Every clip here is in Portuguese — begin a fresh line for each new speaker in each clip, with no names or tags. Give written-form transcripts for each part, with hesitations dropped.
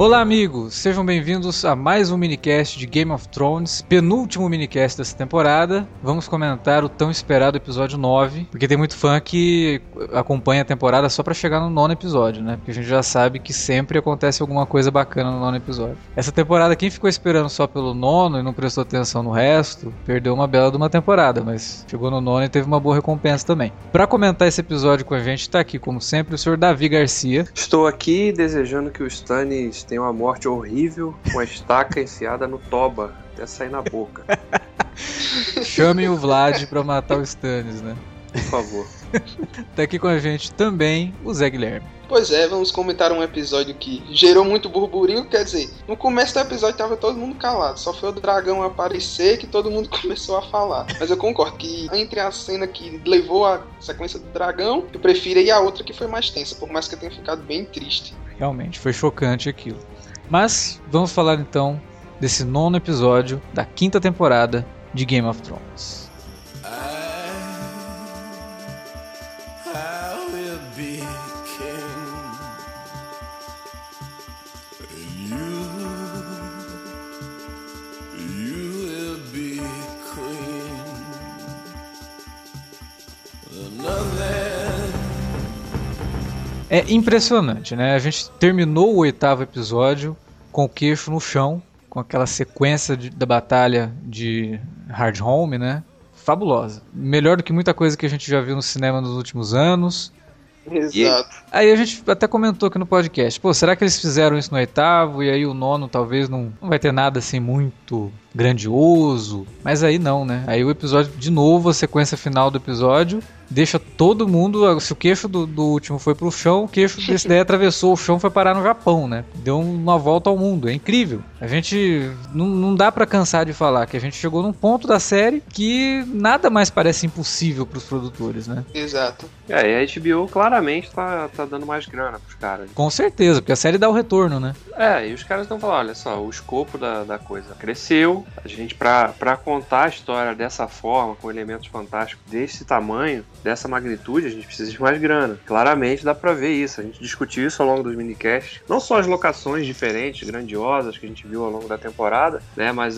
Olá amigos, sejam bem-vindos a mais um minicast de Game of Thrones, penúltimo minicast dessa temporada. Vamos comentar o tão esperado episódio 9, porque tem muito fã que acompanha a temporada só pra chegar no 9º episódio, né? Porque a gente já sabe que sempre acontece alguma coisa bacana no 9º episódio. Essa temporada, quem ficou esperando só pelo 9º e não prestou atenção no resto, perdeu uma bela de uma temporada, mas chegou no 9º e teve uma boa recompensa também. Pra comentar esse episódio com a gente, tá aqui como sempre o senhor Davi Garcia.
Estou aqui desejando que o Stannis tenha uma morte horrível com a estaca enfiada no toba até sair na boca.
Chamem o Vlad pra matar o Stannis, né?
Por favor.
Tá aqui com a gente também o Zé Guilherme.
Pois é, vamos comentar um episódio que gerou muito burburinho, quer dizer, no começo do episódio tava todo mundo calado, só foi o dragão aparecer que todo mundo começou a falar. Mas eu concordo que entre a cena que levou a sequência do dragão, eu prefiro ir a outra que foi mais tensa, por mais que eu tenha ficado bem triste.
Realmente, foi chocante aquilo. Mas vamos falar então desse 9º episódio da 5ª temporada de Game of Thrones. É impressionante, né? A gente terminou o 8º episódio com o queixo no chão, com aquela sequência da batalha de Hardhome, né? Fabulosa. Melhor do que muita coisa que a gente já viu no cinema nos últimos anos.
Exato.
E aí a gente até comentou aqui no podcast, pô, será que eles fizeram isso no 8º e aí o 9º talvez não vai ter nada assim muito grandioso? Mas aí não, né? Aí o episódio, de novo, a sequência final do episódio deixa todo mundo, se o queixo do último foi pro chão, o queixo desse daí atravessou o chão e foi parar no Japão, né? Deu uma volta ao mundo, é incrível. A gente não dá pra cansar de falar que a gente chegou num ponto da série que nada mais parece impossível pros produtores, né?
Exato.
E a HBO claramente tá dando mais grana pros caras.
Com certeza, porque a série dá o retorno, né?
E os caras estão falando, olha só, o escopo da coisa cresceu, a gente pra contar a história dessa forma, com elementos fantásticos desse tamanho, dessa magnitude, a gente precisa de mais grana. Claramente dá pra ver isso, a gente discutiu isso ao longo dos minicasts, não só as locações diferentes, grandiosas que a gente viu ao longo da temporada, né, mas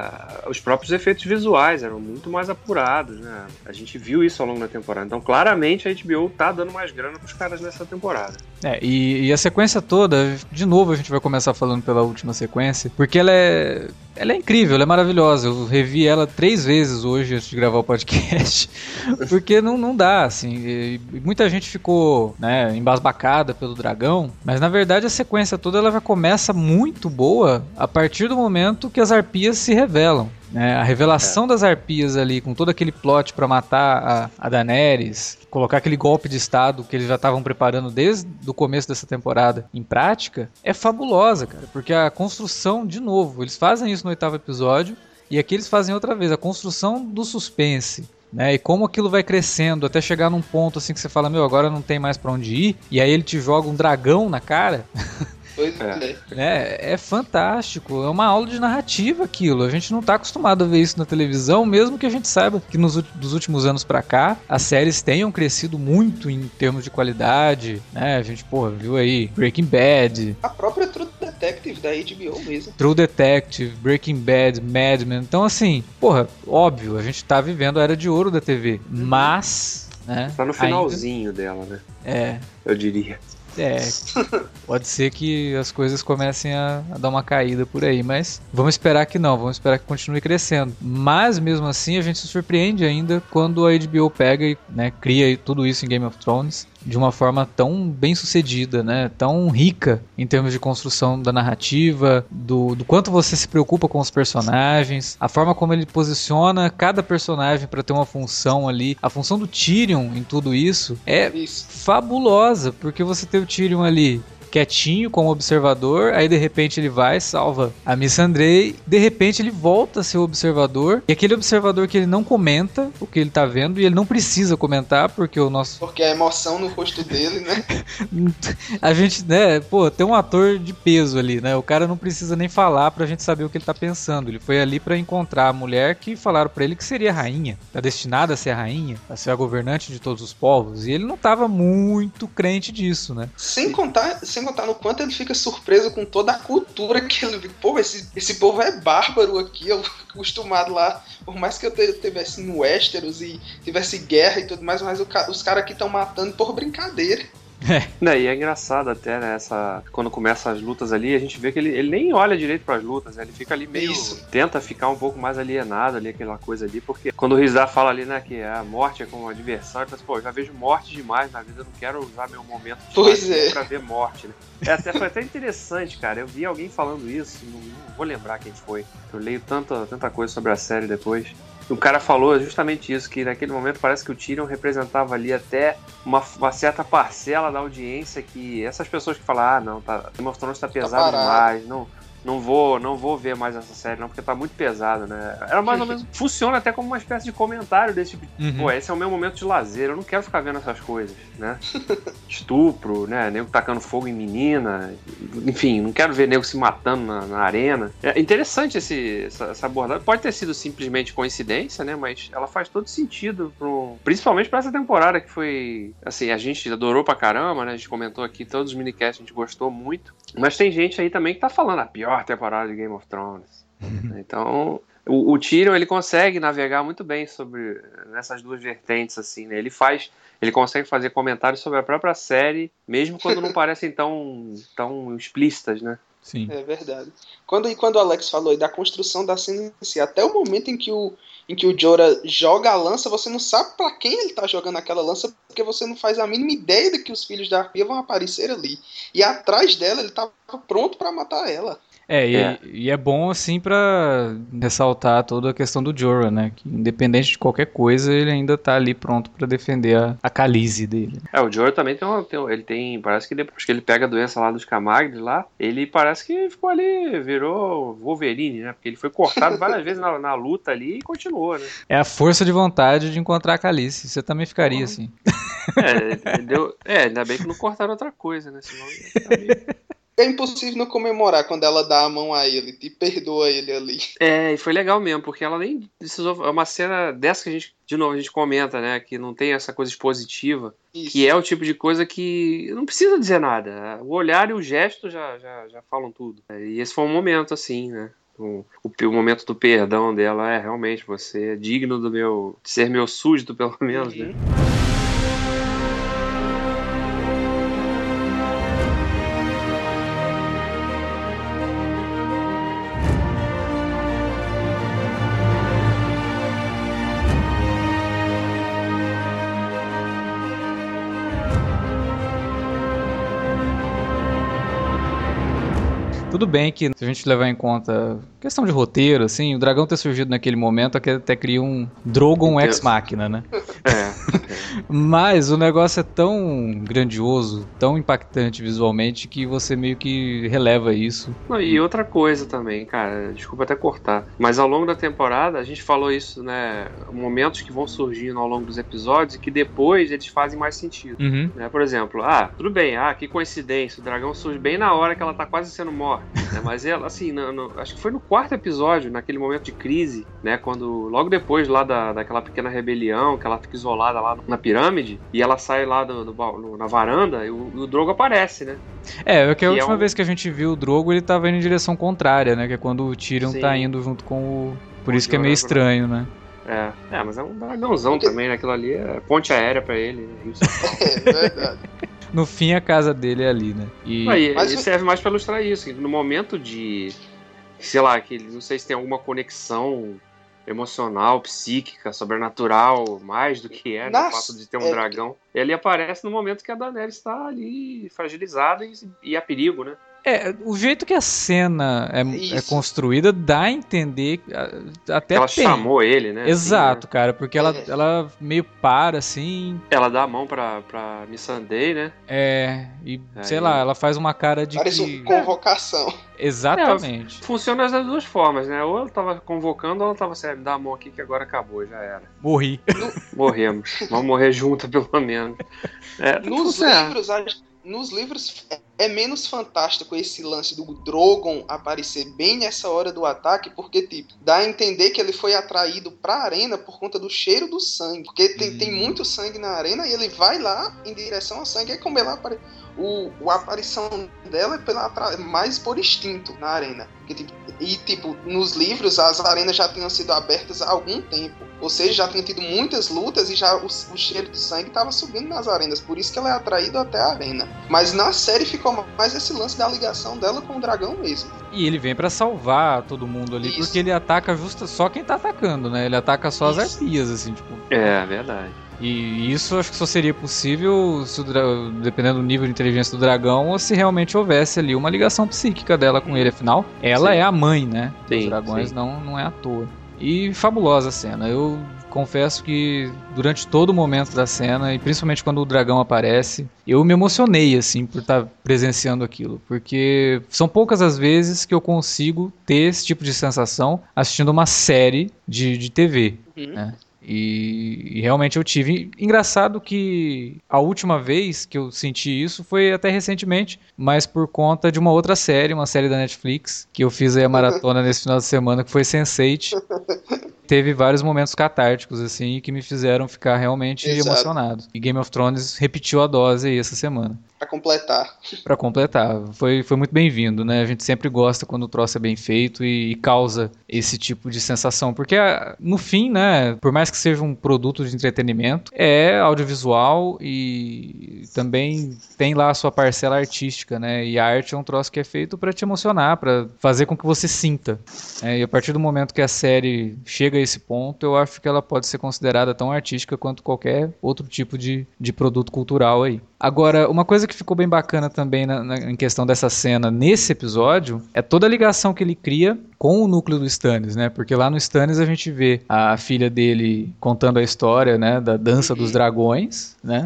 os próprios efeitos visuais eram muito mais apurados, né, a gente viu isso ao longo da temporada, então claramente a HBO tá dando mais grana pros caras nessa temporada.
E a sequência toda, de novo a gente vai começar falando pela última sequência, porque ela é incrível, ela é maravilhosa. Eu revi ela 3 vezes hoje antes de gravar o podcast, porque não dá, assim. E muita gente ficou, né, embasbacada pelo dragão, mas na verdade a sequência toda ela já começa muito boa a partir do momento que as arpias se revelam. A revelação das arpias ali, com todo aquele plot pra matar a Daenerys, colocar aquele golpe de estado que eles já estavam preparando desde o começo dessa temporada em prática, é fabulosa, cara, porque a construção, de novo, eles fazem isso no 8º episódio, e aqui eles fazem outra vez, a construção do suspense, né, e como aquilo vai crescendo até chegar num ponto assim que você fala, agora não tem mais pra onde ir, e aí ele te joga um dragão na cara. É fantástico, é uma aula de narrativa aquilo. A gente não tá acostumado a ver isso na televisão, mesmo que a gente saiba que dos últimos anos pra cá as séries tenham crescido muito em termos de qualidade, né? A gente, viu aí Breaking Bad,
a própria True Detective da HBO mesmo.
True Detective, Breaking Bad, Mad Men. Então assim, óbvio, a gente tá vivendo a era de ouro da TV, mas, né,
tá no finalzinho dela, né? Eu diria.
Pode ser que as coisas comecem a dar uma caída por aí, mas vamos esperar que não, vamos esperar que continue crescendo. Mas mesmo assim a gente se surpreende ainda quando a HBO pega e, né, cria tudo isso em Game of Thrones de uma forma tão bem sucedida, né, tão rica em termos de construção da narrativa, do quanto você se preocupa com os personagens, a forma como ele posiciona cada personagem para ter uma função ali. A função do Tyrion em tudo isso é fabulosa, porque você tem o Tyrion ali quietinho como observador, aí de repente ele vai, salva a Missandei, de repente ele volta a ser o observador, e aquele observador que ele não comenta o que ele tá vendo, e ele não precisa comentar, porque porque
a emoção no rosto dele, né?
A gente, né, tem um ator de peso ali, né, o cara não precisa nem falar pra gente saber o que ele tá pensando, ele foi ali pra encontrar a mulher que falaram pra ele que seria a rainha, tá destinada a ser a rainha, a ser a governante de todos os povos, e ele não tava muito crente disso, né?
Sem contar sem contar no quanto ele fica surpreso com toda a cultura que ele vive. Pô, esse povo é bárbaro aqui, eu acostumado lá, por mais que eu estivesse no Westeros e tivesse guerra e tudo mais, mas os caras aqui estão matando por brincadeira.
E é engraçado até, né, quando começam as lutas ali, a gente vê que ele nem olha direito pras lutas, né, ele fica ali meio... Tenta ficar um pouco mais alienado ali, aquela coisa ali, porque quando o Rizar fala ali, né, que a morte é como uma diversão, ele fala assim, pô, eu já vejo morte demais na vida, eu não quero usar meu momento de pra ver morte, né. Foi até interessante, cara, eu vi alguém falando isso, não vou lembrar quem foi, eu leio tanta coisa sobre a série depois. O cara falou justamente isso, que naquele momento parece que o Tyrion representava ali até uma certa parcela da audiência, que essas pessoas que falam, Game of Thrones tá pesado demais, não vou ver mais essa série não, porque tá muito pesado, né? Era mais ou menos, funciona até como uma espécie de comentário desse tipo de, pô, esse é o meu momento de lazer, eu não quero ficar vendo essas coisas, né? Estupro, né? Nego tacando fogo em menina, enfim, não quero ver nego se matando na arena. É interessante essa abordagem, pode ter sido simplesmente coincidência, né? Mas ela faz todo sentido, principalmente pra essa temporada que foi, assim, a gente adorou pra caramba, né? A gente comentou aqui, todos os minicasts a gente gostou muito, mas tem gente aí também que tá falando a pior temporada de Game of Thrones. Então, o Tyrion, ele consegue navegar muito bem sobre nessas duas vertentes, assim, né? Ele consegue fazer comentários sobre a própria série, mesmo quando não parecem tão explícitas, né?
Sim.
É verdade. Quando o Alex falou aí da construção da cena em si, até o momento em que o Jorah joga a lança, você não sabe pra quem ele tá jogando aquela lança, porque você não faz a mínima ideia de que os filhos da Arpia vão aparecer ali. E atrás dela, ele tava pronto pra matar ela.
E é bom, assim, pra ressaltar toda a questão do Jorah, né? Que independente de qualquer coisa, ele ainda tá ali pronto pra defender a Khaleesi dele.
O Jorah também parece que depois que ele pega a doença lá dos Camargue lá, ele parece que ficou ali, virou Wolverine, né? Porque ele foi cortado várias vezes na luta ali e continuou, né?
É a força de vontade de encontrar a Khaleesi. Você também ficaria assim.
Ainda bem que não cortaram outra coisa, né? Senão
É impossível não comemorar quando ela dá a mão a ele e perdoa ele ali.
E foi legal mesmo, porque ela nem precisou. É uma cena dessa que a gente comenta, né? Que não tem essa coisa expositiva. Isso. Que é o tipo de coisa que não precisa dizer nada. O olhar e o gesto já falam tudo. E esse foi um momento, assim, né? O momento do perdão dela realmente, você é digno de ser meu súdito, pelo menos, né?
Tudo bem que, se a gente levar em conta questão de roteiro, assim, o dragão ter surgido naquele momento até cria um Drogon ex machina, né? Mas o negócio é tão grandioso, tão impactante visualmente, que você meio que releva isso.
E outra coisa também, cara, desculpa até cortar, mas ao longo da temporada a gente falou isso, né? Momentos que vão surgindo ao longo dos episódios e que depois eles fazem mais sentido. Né? Por exemplo, tudo bem, que coincidência, o dragão surge bem na hora que ela tá quase sendo morta. Né? Mas ela, assim, acho que foi no 4º episódio, naquele momento de crise, né? Quando, logo depois lá daquela pequena rebelião, que ela fica isolada lá na pirâmide, e ela sai lá na varanda, e o Drogo aparece, né?
Porque a última vez que a gente viu o Drogo, ele tava indo em direção contrária, né? Que é quando o Tyrion tá indo junto com o... Por isso que é meio estranho, né?
Mas é um dragãozão também, né? Aquilo ali é ponte aérea pra ele. Né?
É verdade.
No fim, a casa dele é ali, né?
Mas serve mais pra ilustrar isso. Que no momento de... Sei lá, que não sei se tem alguma conexão emocional, psíquica, sobrenatural, mais do que o fato de ter um dragão. Ele aparece no momento que a Daenerys está ali fragilizada e a perigo, né?
O jeito que a cena é construída dá a entender até
ela chamou ele, né?
Exato,
assim, né?
cara, porque ela meio para, assim...
Ela dá a mão pra Missandei, né?
Sei lá, ela faz uma cara de
parece uma convocação.
Exatamente.
Funciona das duas formas, né? Ou ela tava convocando, ou ela tava assim, me dá a mão aqui que agora acabou, já era.
Morri.
Morremos. Vamos morrer junto, pelo menos.
nos livros é menos fantástico esse lance do Drogon aparecer bem nessa hora do ataque, porque, tipo, dá a entender que ele foi atraído pra arena por conta do cheiro do sangue. Porque tem muito sangue na arena e ele vai lá em direção ao sangue. Aí como ela aparece... A aparição dela é mais por instinto na arena. Tipo, nos livros as arenas já tinham sido abertas há algum tempo. Ou seja, já tinha tido muitas lutas e já o cheiro do sangue estava subindo nas arenas. Por isso que ela é atraída até a arena. Mas na série ficou mais esse lance da ligação dela com o dragão mesmo.
E ele vem pra salvar todo mundo ali,
Isso.
porque ele ataca justo só quem tá atacando, né? Ele ataca só as arpias, assim, tipo...
É, verdade.
E isso acho que só seria possível se dependendo do nível de inteligência do dragão ou se realmente houvesse ali uma ligação psíquica dela com ele. Afinal, ela é a mãe, né? Dos dragões, não é à toa. E fabulosa a cena. Eu confesso que durante todo o momento da cena, e principalmente quando o dragão aparece, eu me emocionei, assim, por estar presenciando aquilo. Porque são poucas as vezes que eu consigo ter esse tipo de sensação assistindo uma série de TV, né? E realmente eu tive. Engraçado que a última vez que eu senti isso foi até recentemente, mas por conta de uma outra série, uma série da Netflix, que eu fiz aí a maratona nesse final de semana, que foi Sense8. Teve vários momentos catárticos, assim, que me fizeram ficar realmente emocionado. E Game of Thrones repetiu a dose aí essa semana.
Pra completar.
Foi muito bem-vindo, né? A gente sempre gosta quando o troço é bem feito e causa esse tipo de sensação. Porque, no fim, né? Por mais que seja um produto de entretenimento, é audiovisual e também tem lá a sua parcela artística, né? E a arte é um troço que é feito pra te emocionar, pra fazer com que você sinta. E a partir do momento que a série chega a esse ponto, eu acho que ela pode ser considerada tão artística quanto qualquer outro tipo de produto cultural aí. Agora, uma coisa que ficou bem bacana também em questão dessa cena nesse episódio é toda a ligação que ele cria com o núcleo do Stannis, né? Porque lá no Stannis a gente vê a filha dele contando a história, né, da dança dos dragões, né?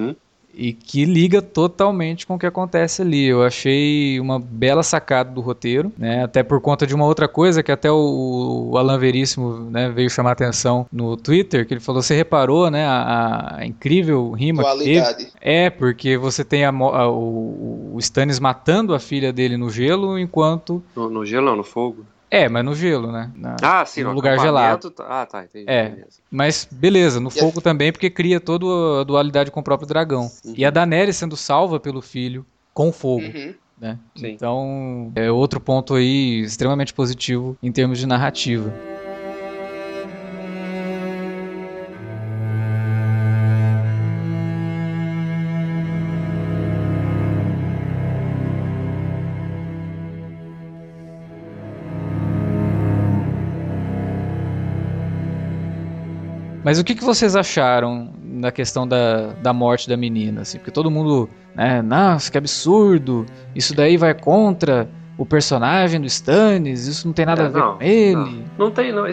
E que liga totalmente com o que acontece ali. Eu achei uma bela sacada do roteiro, né? Até por conta de uma outra coisa que até o Alan Veríssimo, né, veio chamar a atenção no Twitter, que ele falou, você reparou, né, a incrível rima
Dualidade.
que teve? Porque você tem o Stannis matando a filha dele no gelo, enquanto...
No gelo não, no fogo.
Mas no gelo, né?
Sim,
no lugar gelado.
Tá, entendi.
Mas beleza, no fogo também, porque cria toda a dualidade com o próprio dragão. E a Daenerys sendo salva pelo filho com fogo. Né? Então, é outro ponto aí extremamente positivo em termos de narrativa. Mas o que vocês acharam na questão da morte da menina? Assim? Porque todo mundo, né, nossa, que absurdo, isso daí vai contra o personagem do Stannis, isso não tem nada a ver com ele.
Não tem, não.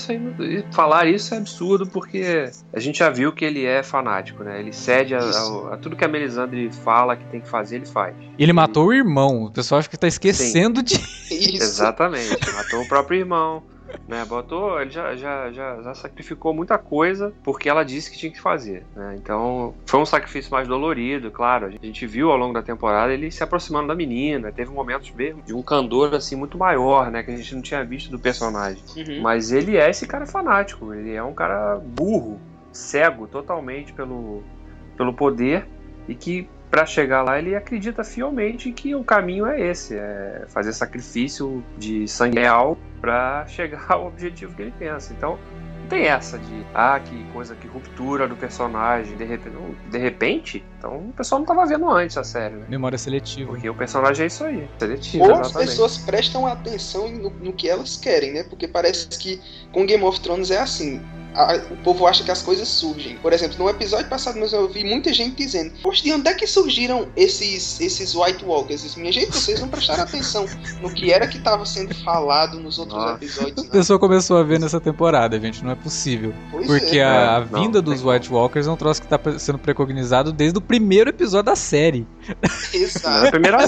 Falar isso é absurdo, porque a gente já viu que ele é fanático, né? Ele cede a tudo que a Melisandre fala que tem que fazer, ele faz.
Ele matou o irmão, o pessoal acha que tá esquecendo disso.
Exatamente, matou o próprio irmão. Né, ele já sacrificou muita coisa porque ela disse que tinha que fazer, né? Então foi um sacrifício mais dolorido, claro. A gente viu ao longo da temporada ele se aproximando da menina, teve momentos mesmo de um candor assim muito maior, né, que a gente não tinha visto do personagem. Mas ele é esse cara fanático, ele é um cara burro, cego totalmente pelo poder, e que para chegar lá ele acredita fielmente que o caminho é esse, é fazer sacrifício de sangue real para chegar ao objetivo que ele pensa. Então não tem essa de que ruptura do personagem de repente. Então o pessoal não estava vendo antes a série, né?
Memória seletiva.
Porque o personagem é isso aí, seletivo.
Ou as pessoas prestam atenção no que elas querem, né? Porque parece que com Game of Thrones é assim. O povo acha que as coisas surgem. Por exemplo, no episódio passado eu ouvi muita gente dizendo: poxa, de onde é que surgiram esses White Walkers? Minha gente, vocês não prestaram atenção no que era que estava sendo falado nos outros episódios.
A pessoa começou a ver nessa temporada, gente, não é possível. Porque a vinda dos White Walkers é um troço que está sendo precognizado desde o primeiro episódio da série.
Exato.
A primeira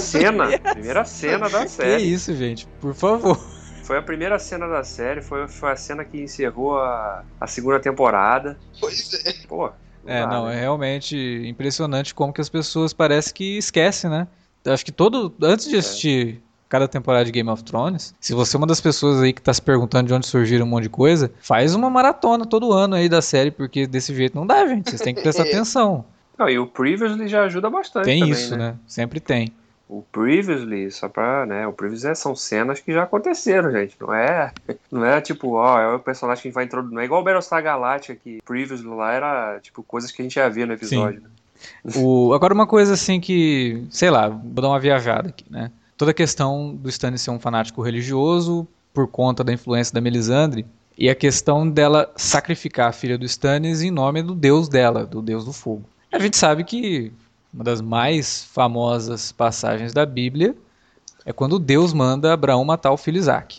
cena da série.
Que isso, gente, por favor.
Foi a primeira cena da série, foi a cena que encerrou a segunda temporada.
Pois é.
Pô,
Não, é realmente impressionante como que as pessoas parece que esquecem, né? Eu acho que antes de assistir cada temporada de Game of Thrones, se você é uma das pessoas aí que tá se perguntando de onde surgiram um monte de coisa, faz uma maratona todo ano aí da série, porque desse jeito não dá, gente. Vocês têm que prestar atenção.
Não, e o Previously já ajuda bastante
Tem
também,
isso, né? Sempre tem.
O Previously, só pra, né, o Previously são cenas que já aconteceram, gente, não é tipo, é o personagem que a gente vai introduzir, não é igual o Battlestar Galactica, que Previously lá era, tipo, coisas que a gente já via no episódio.
Agora uma coisa assim que, sei lá, vou dar uma viajada aqui, né? Toda a questão do Stannis ser um fanático religioso por conta da influência da Melisandre e a questão dela sacrificar a filha do Stannis em nome do deus dela, do deus do fogo. A gente sabe que uma das mais famosas passagens da Bíblia é quando Deus manda Abraão matar o filho Isaque.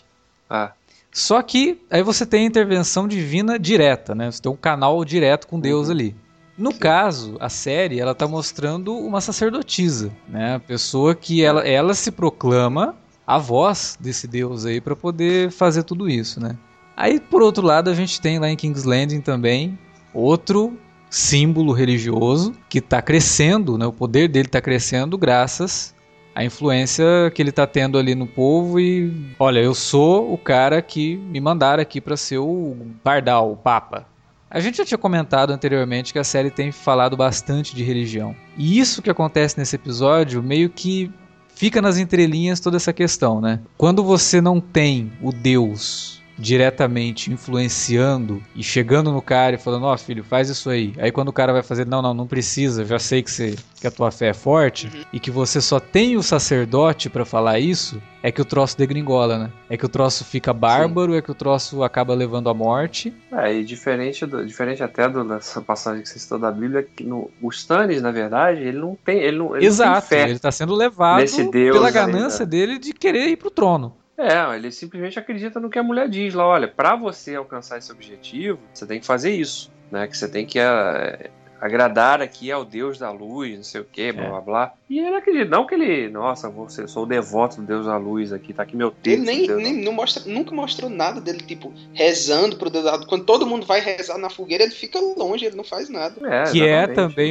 Só que aí você tem a intervenção divina direta, né? Você tem um canal direto com Deus ali. No caso, a série, ela tá mostrando uma sacerdotisa, né? A pessoa que ela se proclama a voz desse Deus aí para poder fazer tudo isso, né? Aí, por outro lado, a gente tem lá em King's Landing também outro símbolo religioso que tá crescendo, né? O poder dele tá crescendo graças à influência que ele tá tendo ali no povo e, olha, eu sou o cara que me mandaram aqui para ser o pardal, o papa. A gente já tinha comentado anteriormente que a série tem falado bastante de religião. E isso que acontece nesse episódio meio que fica nas entrelinhas toda essa questão, né? Quando você não tem o Deus diretamente influenciando e chegando no cara e falando, filho, faz isso aí. Aí quando o cara vai fazer, não precisa, já sei que a tua fé é forte e que você só tem o sacerdote pra falar isso, é que o troço degringola, né? É que o troço fica bárbaro, é que o troço acaba levando à morte.
E diferente até dessa passagem que você citou da Bíblia, que o Stannis, na verdade, ele não tem
Exato,
não tem fé.
Ele tá sendo levado pela ganância dele de querer ir pro trono.
Ele simplesmente acredita no que a mulher diz lá, olha, pra você alcançar esse objetivo, você tem que fazer isso, né, que você tem que agradar aqui ao Deus da luz, não sei o que, blá blá blá. E ele acredita, não que ele, sou o devoto do Deus da luz aqui, tá aqui meu texto.
Ele nunca mostrou nada dele, tipo, rezando pro Deus da luz. Quando todo mundo vai rezar na fogueira, ele fica longe, ele não faz nada.
Que é também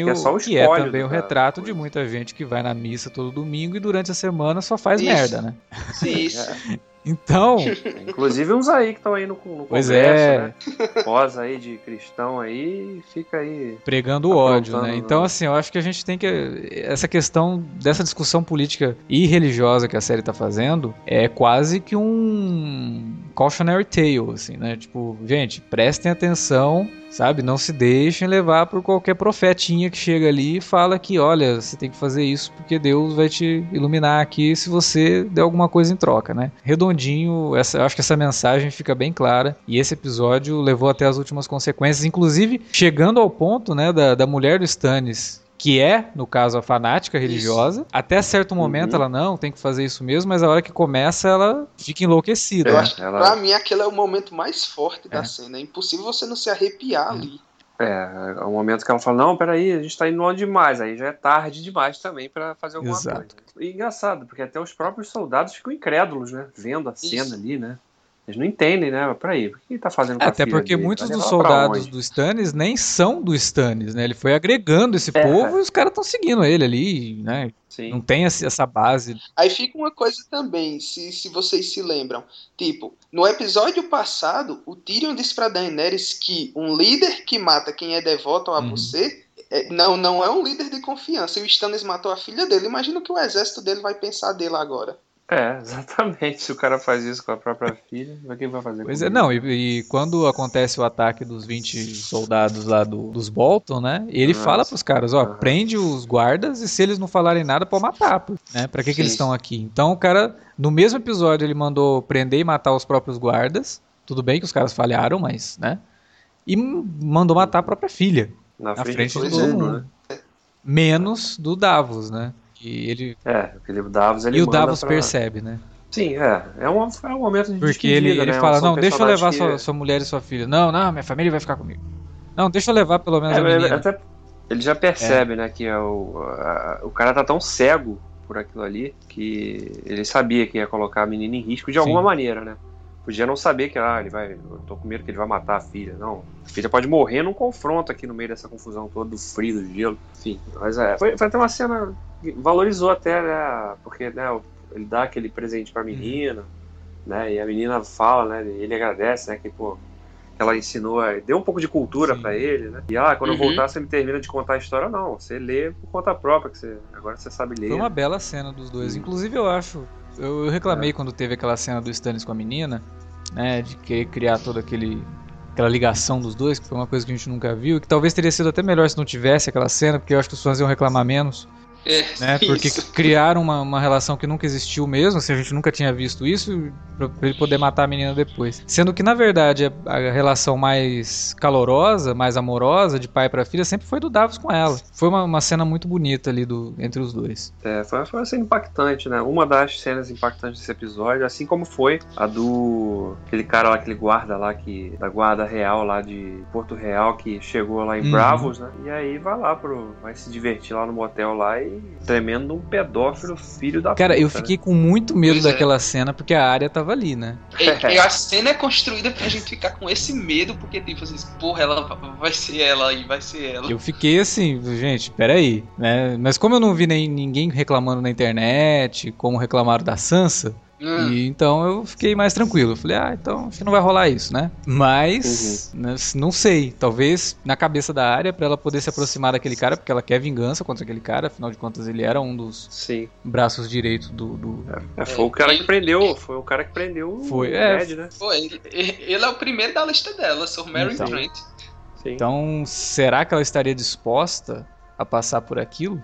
o retrato de muita gente que vai na missa todo domingo e durante a semana só faz merda, né?
Isso.
Então...
Inclusive uns aí que estão aí no
pois
congresso, né? Pós aí de cristão aí, fica aí...
pregando o ódio, né? Então, assim, eu acho que a gente tem que... Essa questão dessa discussão política e religiosa que a série tá fazendo é quase que um cautionary tale, assim, né? Tipo, gente, prestem atenção, sabe? Não se deixem levar por qualquer profetinha que chega ali e fala que, olha, você tem que fazer isso porque Deus vai te iluminar aqui se você der alguma coisa em troca, né? Redondinho, eu acho que essa mensagem fica bem clara e esse episódio levou até as últimas consequências, inclusive chegando ao ponto, né, da mulher do Stannis, que é, no caso, a fanática religiosa. Isso. Até certo momento ela não tem que fazer isso mesmo, mas a hora que começa ela fica enlouquecida.
Eu acho que pra mim aquele é o momento mais forte da cena. É impossível você não se arrepiar ali.
É o momento que ela fala, não, peraí, a gente tá indo longe demais, aí já é tarde demais também pra fazer alguma coisa. E engraçado, porque até os próprios soldados ficam incrédulos, né, vendo a cena ali, né. Eles não entendem, né? Mas peraí, por que ele tá fazendo com a
Até
filha
porque
dele?
muitos dos soldados do Stannis nem são do Stannis, né? Ele foi agregando esse povo e os caras estão seguindo ele ali, né? Sim. Não tem essa base.
Aí fica uma coisa também, se vocês se lembram. Tipo, no episódio passado, o Tyrion disse pra Daenerys que um líder que mata quem é devoto a você... Não é um líder de confiança. E o Stannis matou a filha dele. Imagina o que o exército dele vai pensar dele agora.
Exatamente. Se o cara faz isso com a própria filha, quem vai fazer?
Pois não, e quando acontece o ataque dos 20 soldados lá dos Bolton, né? Ele fala pros caras, prende os guardas e se eles não falarem nada, pode matar, né? Pra que eles estão aqui? Então o cara, no mesmo episódio, ele mandou prender e matar os próprios guardas. Tudo bem que os caras falharam, mas, né? E mandou matar a própria filha. Na frente de todo mundo. Né? Menos do Davos, né? E ele...
porque o Davos ele
e o Davos percebe, né?
Sim, é um momento de
porque ele fala, não, deixa eu levar sua mulher e sua filha. Não, minha família vai ficar comigo. Não, deixa eu levar pelo menos a menina.
Até ele já percebe, né, que o cara tá tão cego por aquilo ali que ele sabia que ia colocar a menina em risco de alguma maneira, né? podia não saber que, eu tô com medo que ele vai matar a filha. Não, a filha pode morrer num confronto aqui no meio dessa confusão toda do frio, do gelo. Enfim, mas foi até uma cena que valorizou até, né, porque, né, ele dá aquele presente pra menina, né, e a menina fala, né, ele agradece, né, que, pô, ela ensinou, deu um pouco de cultura pra ele, né? E quando eu voltar, você me termina de contar a história, não. Você lê por conta própria, que agora você sabe ler.
Foi uma bela cena dos dois. Inclusive, eu acho. Eu reclamei quando teve aquela cena do Stannis com a menina, né? De querer criar toda aquela ligação dos dois, que foi uma coisa que a gente nunca viu. Que talvez teria sido até melhor se não tivesse aquela cena, porque eu acho que os fãs iam reclamar menos. Né? Porque criaram uma relação que nunca existiu mesmo, assim, a gente nunca tinha visto isso, pra ele poder matar a menina depois. Sendo que, na verdade, a relação mais calorosa, mais amorosa, de pai pra filha, sempre foi do Davos com ela. Foi uma cena muito bonita ali entre os dois.
Foi uma cena impactante, né? Uma das cenas impactantes desse episódio, assim como foi a do aquele cara lá, aquele guarda lá, da guarda real lá de Porto Real, que chegou lá em Bravos, né? E aí vai se divertir lá no motel lá e tremendo um pedófilo, filho da puta.
Cara, eu fiquei com muito medo daquela cena, porque a área tava ali, né?
A cena é construída pra gente ficar com esse medo, porque tipo assim, porra, ela vai ser ela aí, vai ser ela.
Eu fiquei assim, gente, peraí, né? Mas como eu não vi ninguém reclamando na internet, como reclamaram da Sansa, e então eu fiquei mais tranquilo. Eu falei, então acho que não vai rolar isso, né? Mas, né, não sei, talvez na cabeça da Arya, pra ela poder se aproximar daquele cara, porque ela quer vingança contra aquele cara, afinal de contas ele era um dos braços direitos do...
Foi o cara que prendeu, o Ned, né?
Ele é o primeiro da lista dela, Sir Meryn Trant.
Então, será que ela estaria disposta a passar por aquilo?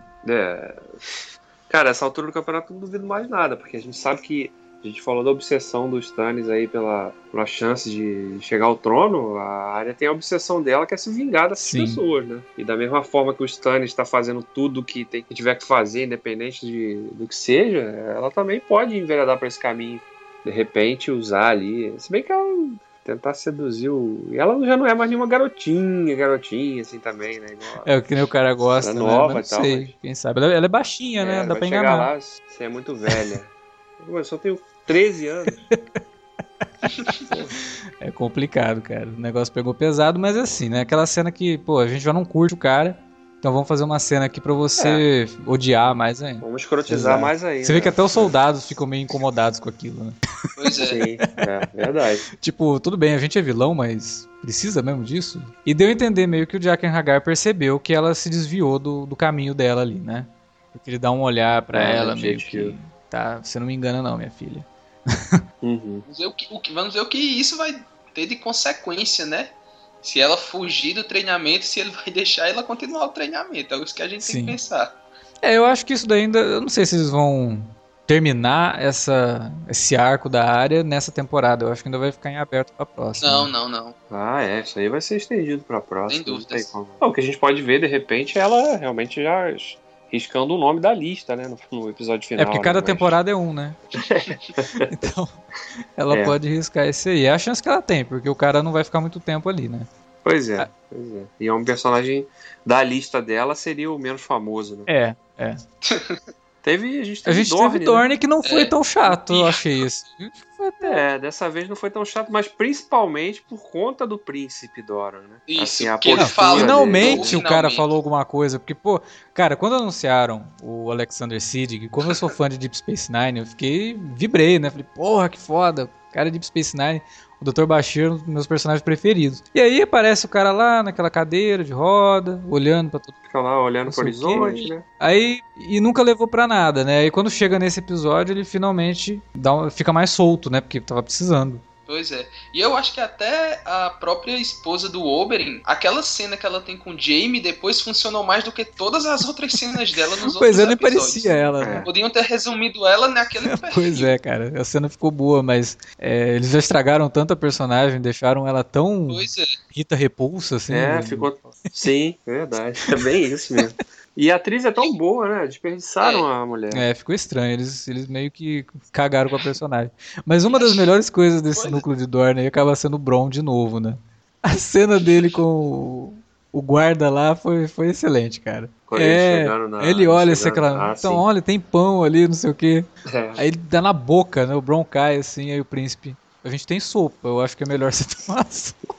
Cara, essa altura do campeonato eu não duvido mais nada, porque a gente sabe que a gente falou da obsessão dos Stannis aí pela chance de chegar ao trono. A Arya tem a obsessão dela, que é se vingar dessas pessoas, né? E da mesma forma que o Stannis está fazendo tudo que tiver que fazer, independente do que seja, ela também pode enveredar para esse caminho. De repente usar ali, se bem que ela tentar seduzir e ela já não é mais nenhuma garotinha assim também, né?
Igual o que nem o cara gosta,
ela é nova,
mas não sei, mas quem sabe. Ela é baixinha, né? Dá pra enganar.
Lá, você é muito velha. Eu só tenho 13 anos.
É complicado, cara. O negócio pegou pesado, mas assim, né? Aquela cena que, pô, a gente já não curte o cara. Então vamos fazer uma cena aqui pra você odiar mais ainda.
Vamos escrotizar mais ainda.
Você vê que até os soldados ficam meio incomodados com aquilo, né?
Pois é.
Sim, verdade.
Tipo, tudo bem, a gente é vilão, mas precisa mesmo disso? E deu a entender meio que o Jaqen H'ghar percebeu que ela se desviou do caminho dela ali, né? Porque ele dá um olhar pra ela meio que... Tá, você não me engana não, minha filha.
Vamos ver o que isso vai ter de consequência, né? Se ela fugir do treinamento, se ele vai deixar ela continuar o treinamento. É isso que a gente tem que pensar.
Eu acho que isso daí ainda... Eu não sei se eles vão terminar esse arco da área nessa temporada. Eu acho que ainda vai ficar em aberto pra próxima.
Não.
Isso aí vai ser estendido pra próxima.
Sem dúvidas.
O que a gente pode ver, de repente, ela realmente já riscando o nome da lista, né? No episódio final.
Porque cada temporada é um, né? Então, ela pode riscar esse aí. É a chance que ela tem, porque o cara não vai ficar muito tempo ali, né?
Pois é. E é um personagem da lista dela, seria o menos famoso, né?
É.
A gente teve
Dorne,
né?
Que não foi tão chato, eu achei isso.
Dessa vez não foi tão chato, mas principalmente por conta do príncipe Doran, né?
Isso,
assim,
que ele fala
finalmente
dele,
o cara falou alguma coisa, porque, pô, cara, quando anunciaram o Alexander Siddig, como eu sou fã de Deep Space Nine, vibrei, né? Falei, porra, que foda, cara de Deep Space Nine, o Dr. Bashir, um dos meus personagens preferidos. E aí aparece o cara lá naquela cadeira de roda, olhando pra tudo.
Fica lá olhando pro horizonte, né?
Aí, e nunca levou pra nada, né? E quando chega nesse episódio, ele finalmente fica mais solto, né? Porque tava precisando.
Pois é. E eu acho que até a própria esposa do Oberyn, aquela cena que ela tem com o Jaime depois funcionou mais do que todas as outras cenas dela nos outros episódios.
Nem parecia ela, né?
Podiam ter resumido ela naquele perfil.
Pois é, cara. A cena ficou boa, mas eles já estragaram tanto a personagem, deixaram ela tão Rita Repulsa, assim.
Ficou... Sim, verdade. É bem isso mesmo. E a atriz é tão boa, né? Desperdiçaram a mulher.
Ficou estranho. Eles meio que cagaram com a personagem. Mas uma das melhores coisas desse núcleo de Dorne aí acaba sendo o Bronn de novo, né? A cena dele com o guarda lá foi excelente, cara. Ele olha assim, então, olha, tem pão ali, não sei o quê. Aí ele dá na boca, né? O Bronn cai assim, aí o príncipe A gente tem sopa, eu acho que é melhor você tomar sopa.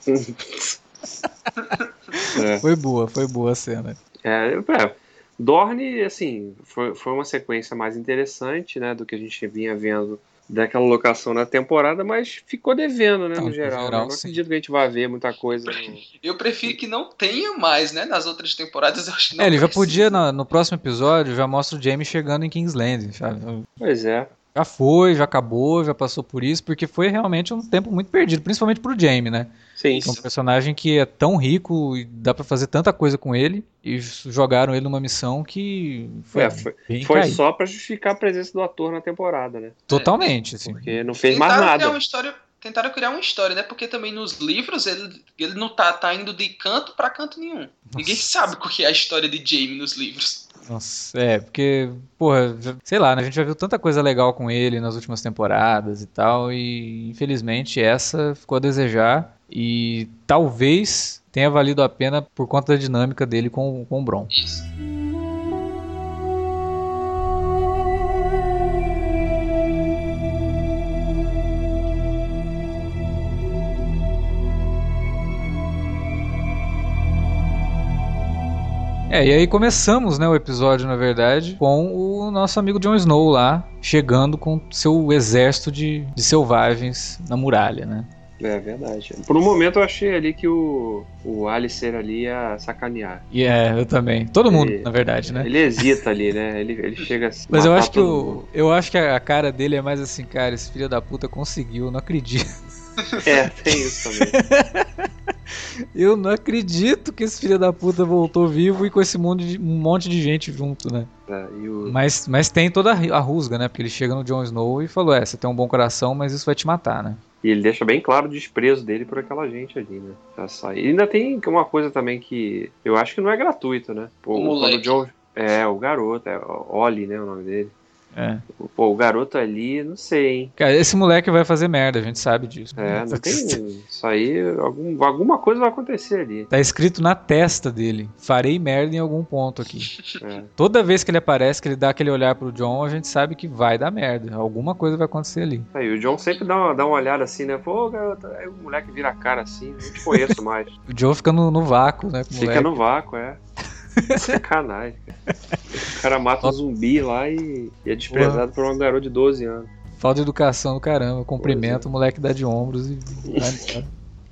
Foi boa a cena.
Dorne, assim, foi uma sequência mais interessante, né, do que a gente vinha vendo daquela locação na temporada, mas ficou devendo, né, no geral. Né? Não acredito que a gente vai ver muita coisa.
Eu prefiro que não tenha mais, né, nas outras temporadas, eu acho que não
ele
precisa.
já podia, no próximo episódio, já mostra o Jaime chegando em Kingsland, sabe?
Pois é.
Já foi, já acabou, já passou por isso, porque foi realmente um tempo muito perdido, principalmente pro Jaime, né?
Sim.
É um personagem que é tão rico e dá pra fazer tanta coisa com ele, e jogaram ele numa missão que
foi só pra justificar a presença do ator na temporada, né?
Totalmente, assim.
Porque não fez mais nada.
Tentaram criar uma história, né? Porque também nos livros ele não tá indo de canto pra canto nenhum. Nossa. Ninguém sabe o que é a história de Jaime nos livros.
Nossa, porque, porra, sei lá, né? A gente já viu tanta coisa legal com ele nas últimas temporadas e tal, e infelizmente essa ficou a desejar, e talvez tenha valido a pena por conta da dinâmica dele com o Bronn.
Isso.
E aí começamos, né, o episódio, na verdade, com o nosso amigo Jon Snow lá, chegando com seu exército de selvagens na muralha, né?
É verdade. Por um momento eu achei ali que o Alistair ali ia sacanear.
Eu também. Todo mundo, na verdade, né?
Ele hesita ali, né? Ele chega a
Mas eu acho que a cara dele é mais assim, cara, esse filho da puta conseguiu, eu não acredito.
Tem isso também.
Eu não acredito que esse filho da puta voltou vivo e com esse um monte de gente junto, né? Mas tem toda a rusga, né? Porque ele chega no Jon Snow e falou, você tem um bom coração, mas isso vai te matar, né?
E ele deixa bem claro o desprezo dele por aquela gente ali, né? E ainda tem uma coisa também que eu acho que não é gratuito, né?
O
Jon... o garoto, Ollie, né, o nome dele. O garoto ali, não sei, hein?
Cara, esse moleque vai fazer merda, a gente sabe disso.
Não tem... Isso aí, alguma coisa vai acontecer ali.
Tá escrito na testa dele, farei merda em algum ponto aqui. Toda vez que ele aparece, que ele dá aquele olhar pro Jon, a gente sabe que vai dar merda. Alguma coisa vai acontecer ali.
Aí o Jon sempre dá uma olhada assim, né? Pô, garoto, aí o moleque vira a cara assim, não te conheço mais.
O Jon fica no vácuo, né?
Fica no vácuo, Sacanagem, cara. O cara mata um zumbi lá e é desprezado por um garoto de 12 anos.
Falta de educação do caramba. Cumprimenta, o moleque dá de ombros e vai embora.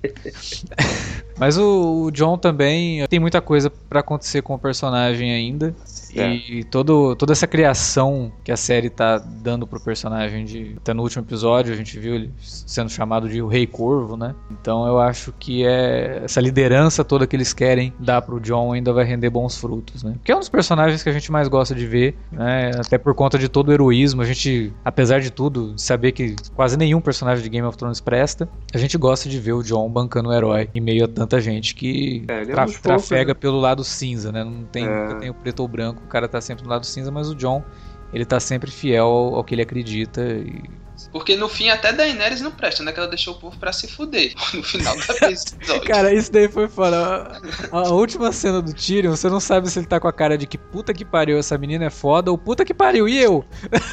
Mas o Jon também tem muita coisa pra acontecer com o personagem ainda. E toda essa criação que a série tá dando pro personagem, até no último episódio a gente viu ele sendo chamado de o Rei Corvo, né? Então eu acho que essa liderança toda que eles querem dar pro Jon ainda vai render bons frutos, né? Porque é um dos personagens que a gente mais gosta de ver, né? Até por conta de todo o heroísmo, a gente, apesar de tudo, saber que quase nenhum personagem de Game of Thrones presta, a gente gosta de ver o Jon bancando o herói em meio a tanta gente que trafega pelo lado cinza, né? Não tem, nunca tem o preto ou branco. O cara tá sempre no lado cinza, mas o Jon, ele tá sempre fiel ao que ele acredita.
Porque no fim até Daenerys não presta, né? Que ela deixou o povo pra se fuder no final da episódio.
Cara, isso daí foi foda. A última cena do Tyrion, você não sabe se ele tá com a cara de que puta que pariu, essa menina é foda, ou puta que pariu, e eu?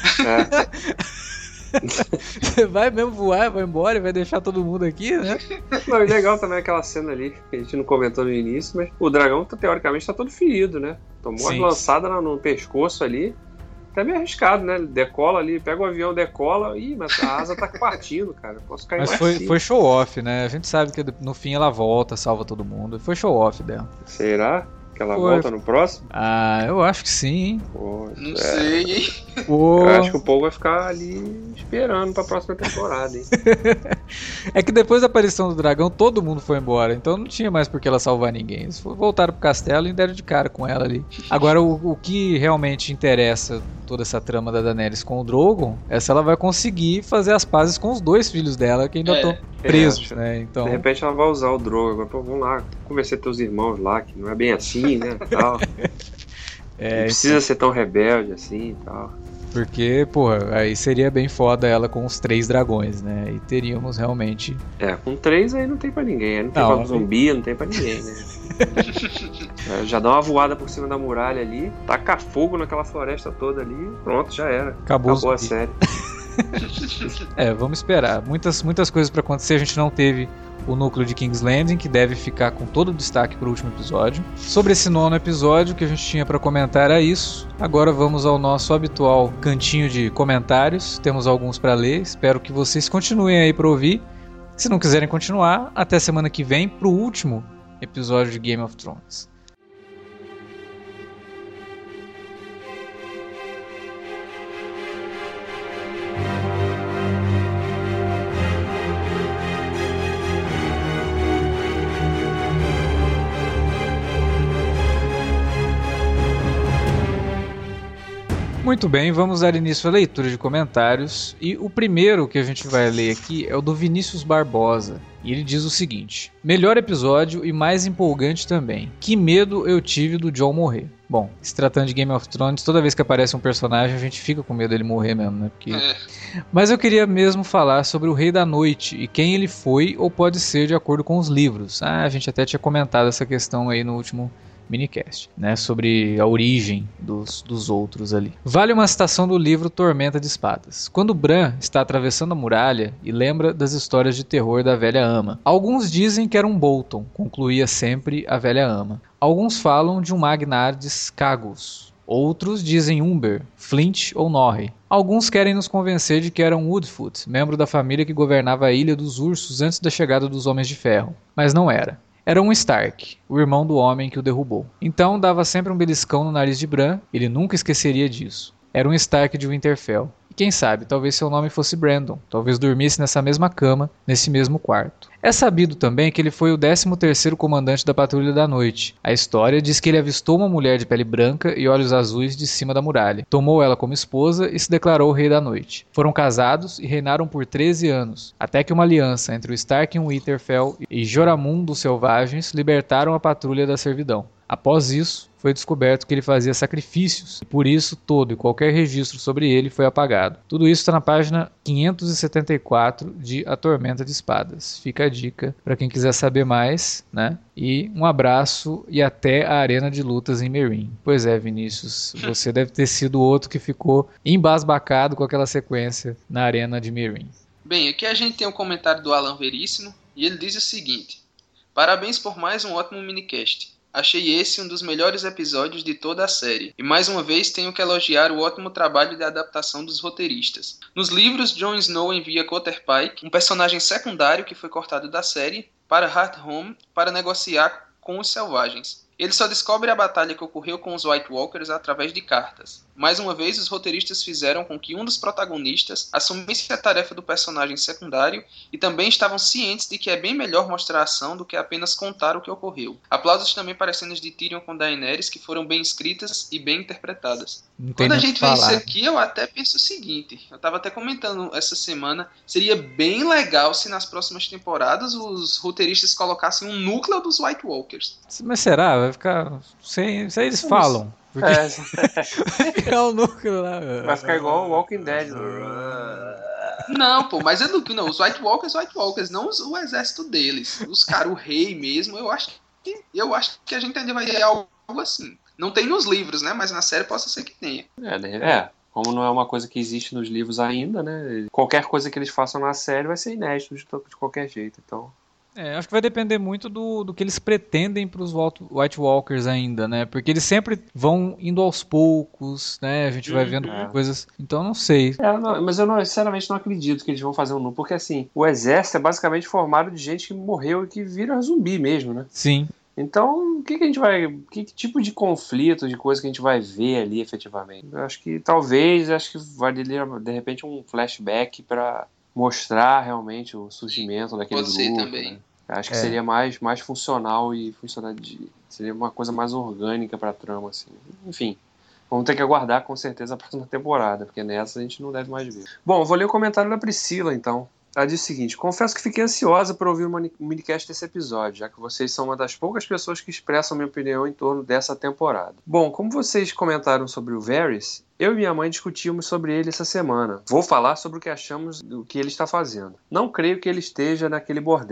Você vai mesmo voar, vai embora e vai deixar todo mundo aqui, né?
Não, e legal também aquela cena ali, que a gente não comentou no início, mas o dragão teoricamente tá todo ferido, né? Tomou uma lançada no pescoço ali. Até meio arriscado, né? Ele decola ali, pega o avião, decola. Mas a asa tá partindo, cara. Posso cair mais.
Mas foi show off, né? A gente sabe que no fim ela volta, salva todo mundo. Foi show off dela.
Será? Que ela volta no próximo?
Eu acho que sim, hein?
Não sei.
Eu acho que o povo vai ficar ali esperando pra próxima temporada, hein?
É que depois da aparição do dragão, todo mundo foi embora. Então não tinha mais por que ela salvar ninguém. Eles voltaram pro castelo e deram de cara com ela ali. Agora, o que realmente interessa toda essa trama da Daenerys com o Drogon é se ela vai conseguir fazer as pazes com os dois filhos dela que ainda estão presos, né? Então...
De repente ela vai usar o Drogon. Agora, pô, vamos lá, conversar com teus irmãos lá, que não é bem assim, né? Tal. Não precisa ser tão rebelde assim e tal.
Porque, porra, aí seria bem foda ela com os 3 dragões, né? E teríamos realmente...
com 3 aí não tem pra ninguém. Aí não tem pra zumbi, não tem pra ninguém, né? Já dá uma voada por cima da muralha ali, taca fogo naquela floresta toda ali, pronto, já era. Acabou a série.
Vamos esperar. Muitas coisas pra acontecer. A gente não teve o núcleo de King's Landing, que deve ficar com todo o destaque pro último episódio. Sobre esse 9º episódio, o que a gente tinha pra comentar era isso. Agora vamos ao nosso habitual cantinho de comentários. Temos alguns pra ler. Espero que vocês continuem aí pra ouvir. Se não quiserem continuar, até semana que vem pro último episódio de Game of Thrones. Muito bem, vamos dar início à leitura de comentários. E o primeiro que a gente vai ler aqui é o do Vinícius Barbosa. E ele diz o seguinte: melhor episódio e mais empolgante também. Que medo eu tive do Jon morrer. Bom, se tratando de Game of Thrones, toda vez que aparece um personagem a gente fica com medo dele morrer mesmo, né? Mas eu queria mesmo falar sobre o Rei da Noite e quem ele foi ou pode ser de acordo com os livros. A gente até tinha comentado essa questão aí no último minicast, né, sobre a origem dos outros ali. Vale uma citação do livro Tormenta de Espadas. Quando Bran está atravessando a muralha e lembra das histórias de terror da velha ama. Alguns dizem que era um Bolton, concluía sempre a velha ama. Alguns falam de um Magnardes Cagus. Outros dizem Umber, Flint ou Norre. Alguns querem nos convencer de que era um Woodfoot, membro da família que governava a Ilha dos Ursos antes da chegada dos Homens de Ferro. Mas não era. Era um Stark, o irmão do homem que o derrubou. Então dava sempre um beliscão no nariz de Bran, ele nunca esqueceria disso. Era um Stark de Winterfell. E quem sabe, talvez seu nome fosse Brandon, talvez dormisse nessa mesma cama, nesse mesmo quarto. É sabido também que ele foi o 13º comandante da Patrulha da Noite. A história diz que ele avistou uma mulher de pele branca e olhos azuis de cima da muralha. Tomou ela como esposa e se declarou o Rei da Noite. Foram casados e reinaram por 13 anos, até que uma aliança entre o Stark em Winterfell e Jorah Mormont dos Selvagens libertaram a Patrulha da servidão. Após isso, foi descoberto que ele fazia sacrifícios, e por isso todo e qualquer registro sobre ele foi apagado. Tudo isso está na página 574 de A Tormenta de Espadas. Fica a dica para quem quiser saber mais, né? E um abraço e até a arena de lutas em Meereen. Pois é, Vinícius, você deve ter sido o outro que ficou embasbacado com aquela sequência na arena de Meereen.
Bem, aqui a gente tem um comentário do Alan Veríssimo, e ele diz o seguinte: parabéns por mais um ótimo minicast. Achei esse um dos melhores episódios de toda a série, e mais uma vez tenho que elogiar o ótimo trabalho de adaptação dos roteiristas. Nos livros, Jon Snow envia Cotter Pike, um personagem secundário que foi cortado da série, para Hardhome para negociar com os selvagens. Ele só descobre a batalha que ocorreu com os White Walkers através de cartas. Mais uma vez, os roteiristas fizeram com que um dos protagonistas assumisse a tarefa do personagem secundário e também estavam cientes de que é bem melhor mostrar a ação do que apenas contar o que ocorreu. Aplausos também para as cenas de Tyrion com Daenerys, que foram bem escritas e bem interpretadas. Quando a gente vê isso aqui, eu até penso o seguinte, eu estava até comentando essa semana, seria bem legal se nas próximas temporadas os roteiristas colocassem um núcleo dos White Walkers.
Mas será? Vai ficar... Isso aí eles falam. Porque... vai ficar o núcleo lá.
Vai ficar igual o Walking Dead.
Não, pô, mas é núcleo, não. Os White Walkers, não o exército deles. Os caras, o rei mesmo, eu acho que a gente ainda vai ter algo assim. Não tem nos livros, né? Mas na série possa ser que tenha.
Como não é uma coisa que existe nos livros ainda, né? Qualquer coisa que eles façam na série vai ser inédito de qualquer jeito, então...
acho que vai depender muito do que eles pretendem para os White Walkers ainda, né? Porque eles sempre vão indo aos poucos, né? A gente vai vendo coisas... Então, não sei.
Mas eu sinceramente não acredito que eles vão fazer um núcleo, porque assim, o exército é basicamente formado de gente que morreu e que vira zumbi mesmo, né?
Sim.
Então, que tipo de conflito, de coisa que a gente vai ver ali efetivamente? Eu acho que valeria de repente um flashback para mostrar realmente o surgimento daquele grupo. Pode ser também. Né? Acho que seria mais funcional e seria uma coisa mais orgânica pra trama, assim. Enfim, vamos ter que aguardar com certeza a próxima temporada, porque nessa a gente não deve mais ver. Bom, vou ler o comentário da Priscila, então. Ela diz o seguinte: confesso que fiquei ansiosa por ouvir o minicast desse episódio, já que vocês são uma das poucas pessoas que expressam minha opinião em torno dessa temporada. Bom, como vocês comentaram sobre o Varys, eu e minha mãe discutimos sobre ele essa semana. Vou falar sobre o que achamos do que ele está fazendo. Não creio que ele esteja naquele bordel.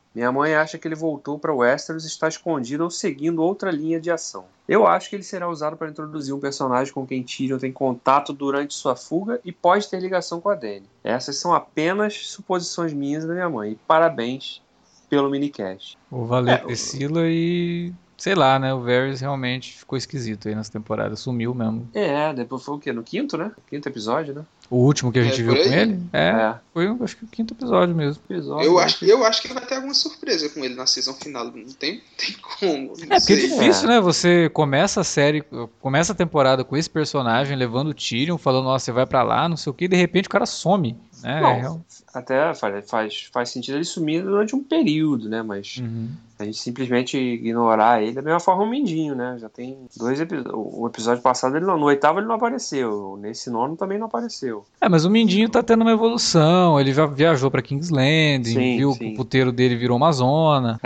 Minha mãe acha que ele voltou para Westeros e está escondido ou seguindo outra linha de ação. Eu acho que ele será usado para introduzir um personagem com quem Tyrion tem contato durante sua fuga e pode ter ligação com a Dany. Essas são apenas suposições minhas da minha mãe. E parabéns pelo minicast.
Valeu, Priscila, e... sei lá, né? O Varys realmente ficou esquisito aí nessa temporada. Sumiu mesmo.
Depois foi o quê? No quinto, né? Quinto episódio, né?
O último que a gente viu com ele? Foi, acho que o quinto episódio mesmo.
Eu acho que vai ter alguma surpresa com ele na season final. Não tem como.
Porque é difícil, né? Você começa a série, começa a temporada com esse personagem levando o Tyrion, falando, nossa, você vai pra lá, não sei o que, e de repente o cara some. Né?
Não, até faz sentido ele sumir durante um período, né? Mas a gente simplesmente ignorar ele da mesma forma o Mindinho, né? Já tem 2 episódios. O episódio passado, no 8º ele não apareceu. Nesse 9º também não apareceu.
Mas o Mindinho tá tendo uma evolução. Ele já viajou pra King's Landing, viu que o puteiro dele virou uma zona.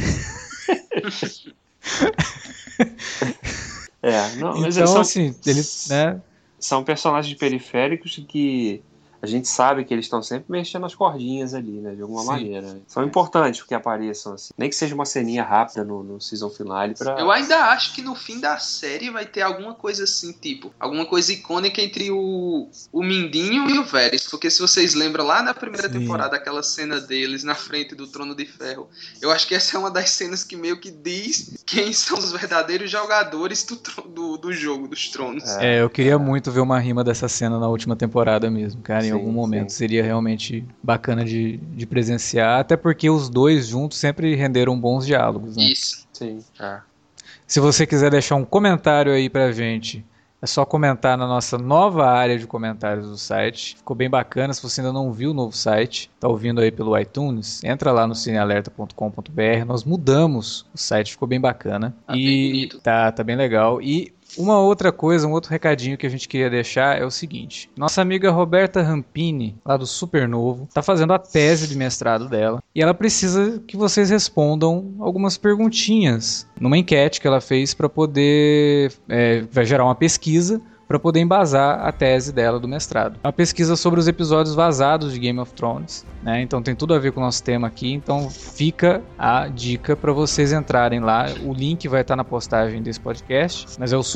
Mas
então, assim, ele, né?
São personagens periféricos que a gente sabe que eles estão sempre mexendo as cordinhas ali, né? De alguma maneira. São importantes que apareçam, assim. Nem que seja uma ceninha rápida no season finale pra...
Eu ainda acho que no fim da série vai ter alguma coisa assim, tipo... alguma coisa icônica entre o Mindinho e o Varys. Porque se vocês lembram lá na primeira temporada, aquela cena deles na frente do Trono de Ferro, eu acho que essa é uma das cenas que meio que diz quem são os verdadeiros jogadores do jogo, dos tronos.
Eu queria muito ver uma rima dessa cena na última temporada mesmo, cara. Em algum momento seria realmente bacana de presenciar, até porque os dois juntos sempre renderam bons diálogos, né?
Isso.
Sim.
Se você quiser deixar um comentário aí pra gente, é só comentar na nossa nova área de comentários do site. Ficou bem bacana. Se você ainda não viu o novo site, tá ouvindo aí pelo iTunes, entra lá no cinealerta.com.br. Nós mudamos o site, ficou bem bacana.
Bem
tá bem legal. E uma outra coisa, um outro recadinho que a gente queria deixar é o seguinte. Nossa amiga Roberta Rampini, lá do Supernovo, tá fazendo a tese de mestrado dela e ela precisa que vocês respondam algumas perguntinhas numa enquete que ela fez para poder... vai gerar uma pesquisa para poder embasar a tese dela do mestrado. Uma pesquisa sobre os episódios vazados de Game of Thrones, né? Então tem tudo a ver com o nosso tema aqui, então fica a dica para vocês entrarem lá. O link vai estar na postagem desse podcast, mas é o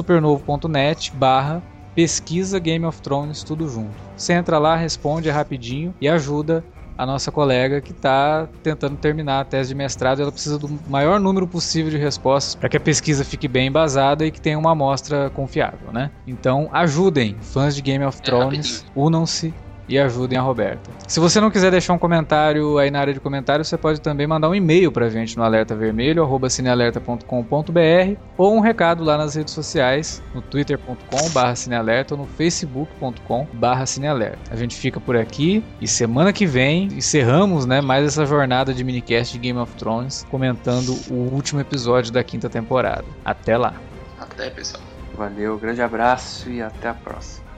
supernovo.net/pesquisa Game of Thrones, tudo junto. Você entra lá, responde rapidinho e ajuda a nossa colega que está tentando terminar a tese de mestrado. Ela precisa do maior número possível de respostas para que a pesquisa fique bem embasada e que tenha uma amostra confiável, né? Então ajudem, fãs de Game of Thrones, unam-se e ajudem a Roberta. Se você não quiser deixar um comentário aí na área de comentários, você pode também mandar um e-mail pra gente no alertavermelho@cinealerta.com.br ou um recado lá nas redes sociais, no twitter.com/cinealerta ou no facebook.com/cinealerta. A gente fica por aqui e semana que vem encerramos, né, mais essa jornada de minicast de Game of Thrones, comentando o último episódio da 5ª temporada. Até lá.
Até, pessoal.
Valeu, grande abraço e até a próxima.